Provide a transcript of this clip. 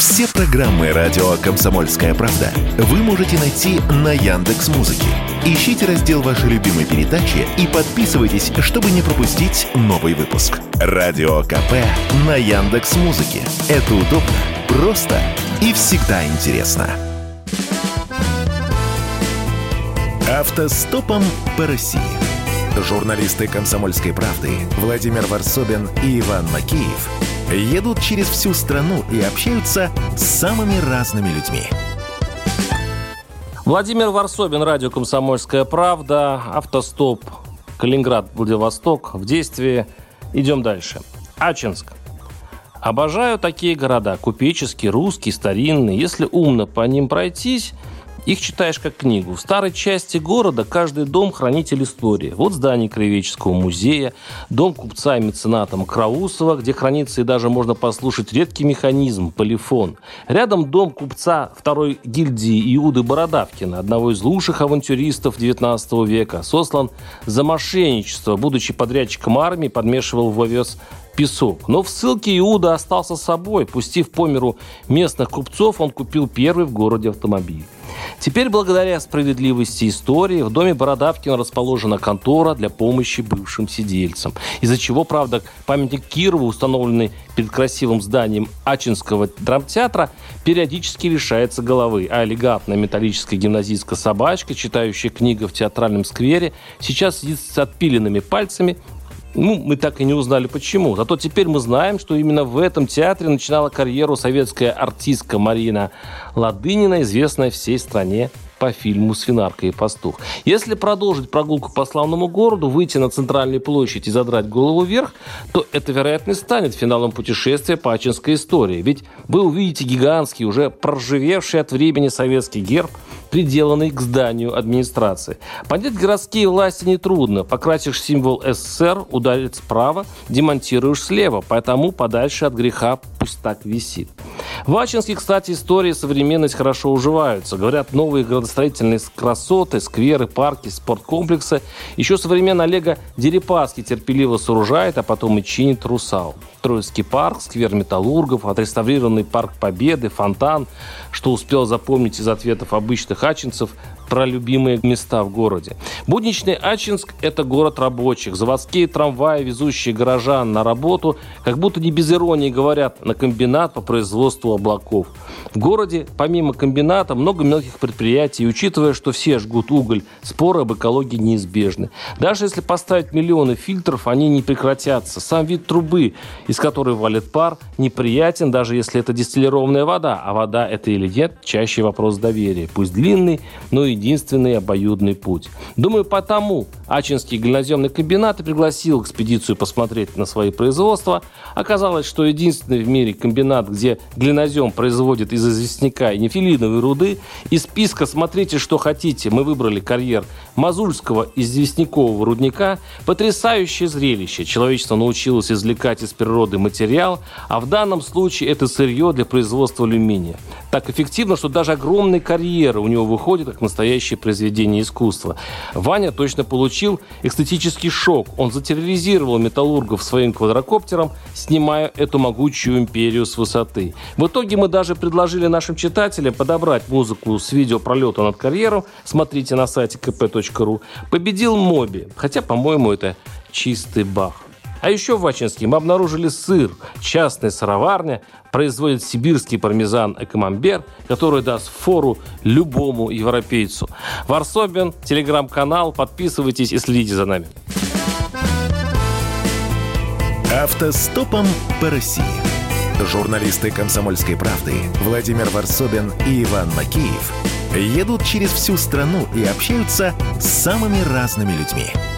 Все программы радио «Комсомольская правда» вы можете найти на Яндекс.Музыке. Ищите раздел вашей любимой передачи и подписывайтесь, чтобы не пропустить новый выпуск. Радио КП на Яндекс.Музыке. Это удобно, просто и всегда интересно. Автостопом по России. Журналисты «Комсомольской правды» Владимир Варсобин и Иван Макеев едут через всю страну и общаются с самыми разными людьми. Владимир Варсобин, радио «Комсомольская правда», автостоп, Калининград, Владивосток в действии. Идем дальше. Ачинск. Обожаю такие города. Купеческие, русские, старинные. Если умно по ним пройтись, их читаешь как книгу. В старой части города каждый дом – хранитель истории. Вот здание Краеведческого музея, дом купца и мецената Краусова, где хранится и даже можно послушать редкий механизм – полифон. Рядом дом купца второй гильдии Иуды Бородавкина, одного из лучших авантюристов XIX века. Сослан за мошенничество, будучи подрядчиком армии, подмешивал в овес песок. Но в ссылке Иуда остался собой. Пустив по миру местных купцов, он купил первый в городе автомобиль. Теперь, благодаря справедливости истории, в доме Бородавкина расположена контора для помощи бывшим сидельцам. Из-за чего, правда, памятник Кирову, установленный перед красивым зданием Ачинского драмтеатра, периодически лишается головы. А элегантная металлическая гимназистская собачка, читающая книгу в театральном сквере, сейчас сидит с отпиленными пальцами. Мы так и не узнали, почему. Зато теперь мы знаем, что именно в этом театре начинала карьеру советская артистка Марина Ладынина, известная всей стране по фильму «Свинарка и пастух». Если продолжить прогулку по славному городу, выйти на центральную площадь и задрать голову вверх, то это, вероятно, станет финалом путешествия по ачинской истории. Ведь вы увидите гигантский, уже проржавевший от времени советский герб, приделанный к зданию администрации. Понять городские власти нетрудно. Покрасишь символ СССР, ударит справа, демонтируешь слева. Поэтому подальше от греха пусть так висит. В Ачинске, кстати, история и современность хорошо уживаются. Говорят, новые градостроительные красоты, скверы, парки, спорткомплексы еще со времен Олега Дерипаски терпеливо сооружает, а потом и чинит Русал. Троицкий парк, сквер металлургов, отреставрированный парк Победы, фонтан, что успел запомнить из ответов обычных ачинцев про любимые места в городе. Будничный Ачинск – это город рабочих. Заводские трамваи, везущие горожан на работу, как будто не без иронии говорят, на комбинат по производству облаков. В городе, помимо комбината, много мелких предприятий, и учитывая, что все жгут уголь, споры об экологии неизбежны. Даже если поставить миллионы фильтров, они не прекратятся. Сам вид трубы, из которой валит пар, неприятен, даже если это дистиллированная вода. А вода это или нет, чаще вопрос доверия. Пусть длинный, но единственный обоюдный путь. Думаю, потому Ачинский глиноземный комбинат и пригласил экспедицию посмотреть на свои производства. Оказалось, что единственный в мире комбинат, где глинозем производит из известняка и нефелиновой руды. Из списка «Смотрите, что хотите» мы выбрали карьер Мазульского известнякового рудника. Потрясающее зрелище. Человечество научилось извлекать из природы материал, а в данном случае это сырье для производства алюминия. Так эффективно, что даже огромные карьеры у него выходят как настоящее произведение искусства. Ваня точно получил эстетический шок. Он затерроризировал металлургов своим квадрокоптером, снимая эту могучую империю с высоты. В итоге мы даже предложили нашим читателям подобрать музыку с видеопролета над карьером. Смотрите на сайте kp.ru. Победил Моби. Хотя, по-моему, это чистый Бах. А еще в Ачинске мы обнаружили сыр. Частная сыроварня производит сибирский пармезан «Экомамбер», который даст фору любому европейцу. Варсобин, телеграм-канал. Подписывайтесь и следите за нами. Автостопом по России. Журналисты «Комсомольской правды» Владимир Варсобин и Иван Макеев едут через всю страну и общаются с самыми разными людьми.